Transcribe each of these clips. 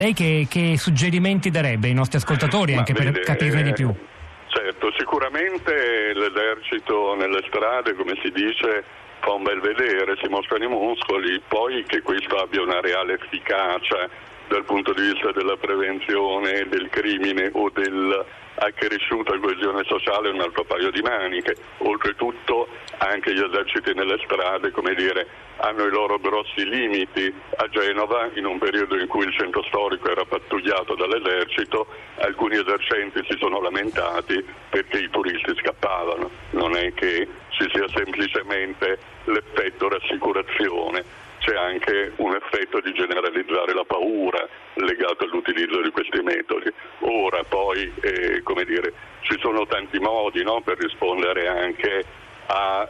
Lei che suggerimenti darebbe ai nostri ascoltatori anche per capirne di più? Certo, sicuramente l'esercito nelle strade, come si dice, fa un bel vedere, si mostrano i muscoli, poi che questo abbia una reale efficacia dal punto di vista della prevenzione del crimine o dell'accresciuta coesione sociale è un altro paio di maniche. Oltretutto anche gli eserciti nelle strade, come dire, hanno i loro grossi limiti. A Genova, in un periodo in cui il centro storico era pattugliato dall'esercito, alcuni esercenti si sono lamentati perché i turisti scappavano. Non è che ci sia semplicemente l'effetto rassicurazione, c'è anche un effetto di generalizzare la paura legato all'utilizzo di questi metodi. Ora poi, come dire, ci sono tanti modi, no, per rispondere anche a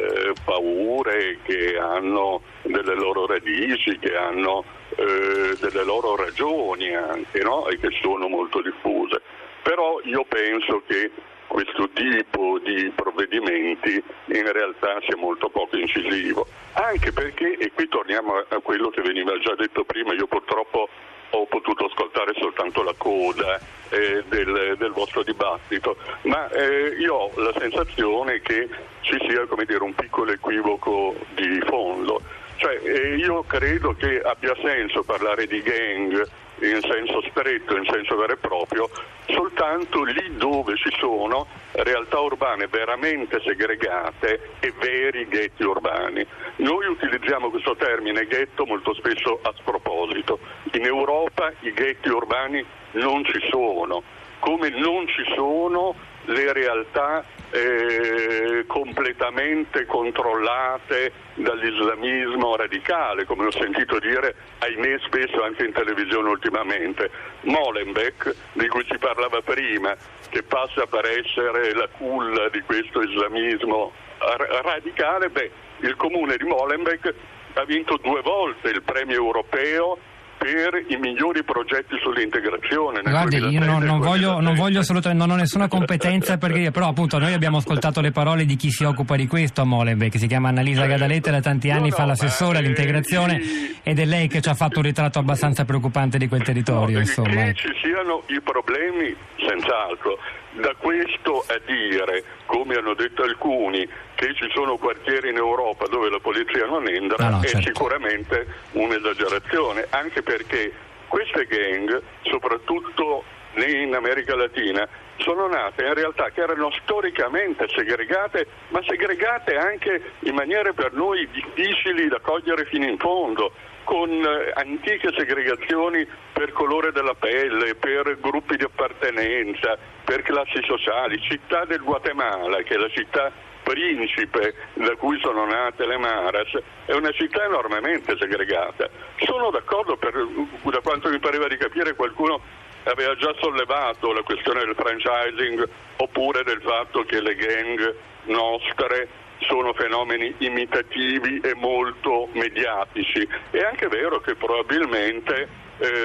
paure che hanno delle loro radici, che hanno delle loro ragioni anche, no, e che sono molto diffuse. Però io penso che questo tipo di provvedimenti in realtà sia molto poco incisivo, anche perché, e qui torniamo a quello che veniva già detto prima, io purtroppo ho potuto ascoltare soltanto la coda del vostro dibattito, ma io ho la sensazione che ci sia, come dire, un piccolo equivoco di fondo. Cioè, io credo che abbia senso parlare di gang in senso stretto, in senso vero e proprio, soltanto lì dove ci sono realtà urbane veramente segregate e veri ghetti urbani. Noi utilizziamo questo termine ghetto molto spesso a sproposito. In Europa i ghetti urbani non ci sono, come non ci sono le realtà completamente controllate dall'islamismo radicale, come ho sentito dire, ahimè, spesso anche in televisione ultimamente. Molenbeek, di cui si parlava prima, che passa per essere la culla di questo islamismo radicale, il comune di Molenbeek ha vinto 2 volte il premio europeo per i migliori progetti sull'integrazione. Guardi, io non voglio assolutamente, non ho nessuna competenza, perché però appunto noi abbiamo ascoltato le parole di chi si occupa di questo a Molenbeek, che si chiama Annalisa Gadaletta, da tanti anni fa l'assessore all'integrazione, ed è lei che ci ha fatto un ritratto abbastanza preoccupante di quel territorio. Insomma, che ci siano i problemi, senz'altro. Da questo a dire, come hanno detto alcuni, che ci sono quartieri in Europa dove la polizia non entra, è certo. Sicuramente un'esagerazione, anche perché queste gang, soprattutto in America Latina, sono nate in realtà che erano storicamente segregate, ma segregate anche in maniere per noi difficili da cogliere fino in fondo, con antiche segregazioni per colore della pelle, per gruppi di appartenenza, per classi sociali. Città del Guatemala, che è la città principe da cui sono nate le Maras, è una città enormemente segregata. Sono d'accordo, da quanto mi pareva di capire qualcuno aveva già sollevato la questione del franchising, oppure del fatto che le gang nostre sono fenomeni imitativi e molto mediatici. È anche vero che probabilmente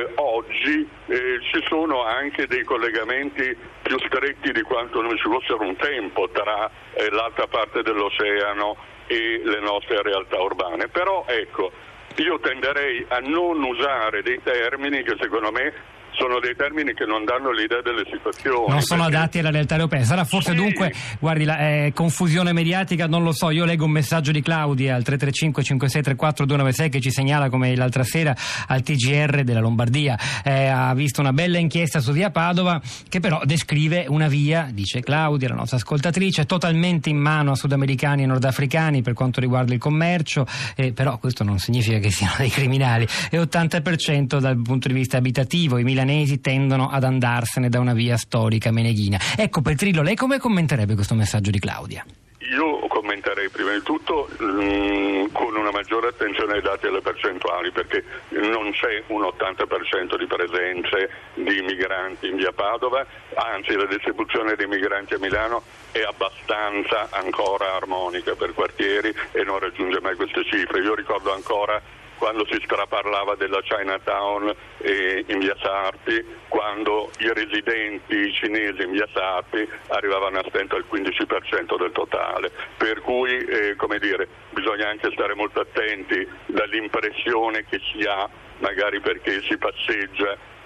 oggi ci sono anche dei collegamenti più stretti di quanto non ci fossero un tempo tra l'altra parte dell'oceano e le nostre realtà urbane. Però ecco, io tenderei a non usare dei termini che secondo me sono dei termini che non danno l'idea delle situazioni. Non sono adatti alla realtà europea. Sarà forse dunque, guardi, la confusione mediatica, non lo so. Io leggo un messaggio di Claudia al 335 5634 296 che ci segnala come l'altra sera al TGR della Lombardia ha visto una bella inchiesta su via Padova, che però descrive una via, dice Claudia, la nostra ascoltatrice, totalmente in mano a sudamericani e nordafricani per quanto riguarda il commercio, però questo non significa che siano dei criminali, e 80% dal punto di vista abitativo. I milanesi tendono ad andarsene da una via storica meneghina. Ecco, Petrillo, lei come commenterebbe questo messaggio di Claudia? Io commenterei prima di tutto con una maggiore attenzione ai dati e alle percentuali, perché non c'è un 80% di presenze di migranti in via Padova, anzi la distribuzione dei migranti a Milano è abbastanza ancora armonica per quartieri e non raggiunge mai queste cifre. Io ricordo ancora quando si straparlava della Chinatown in via Sarpi, quando i residenti cinesi in via Sarpi arrivavano a stento al 15% del totale, per cui come dire, bisogna anche stare molto attenti dall'impressione che si ha, magari perché si passeggia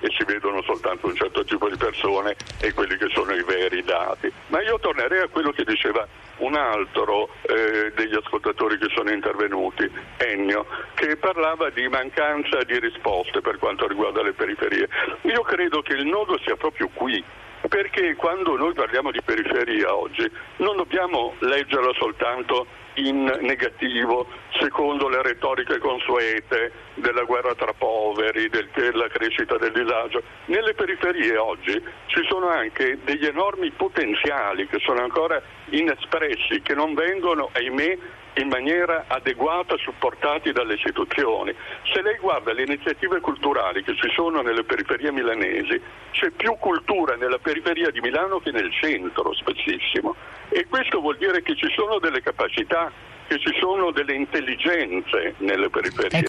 e si vedono soltanto un certo tipo di persone e quelli che sono i veri dati. Ma io tornerei a quello che diceva un altro degli ascoltatori che sono intervenuti, Ennio, che parlava di mancanza di risposte per quanto riguarda le periferie. Io credo che il nodo sia proprio qui, perché quando noi parliamo di periferia oggi non dobbiamo leggerla soltanto in negativo, secondo le retoriche consuete della guerra tra poveri, della crescita del disagio. Nelle periferie oggi ci sono anche degli enormi potenziali che sono ancora inespressi, che non vengono, ahimè, in maniera adeguata supportati dalle istituzioni. Se lei guarda le iniziative culturali che ci sono nelle periferie milanesi, c'è più cultura nella periferia di Milano che nel centro spessissimo, e questo vuol dire che ci sono delle capacità, che ci sono delle intelligenze nelle periferie.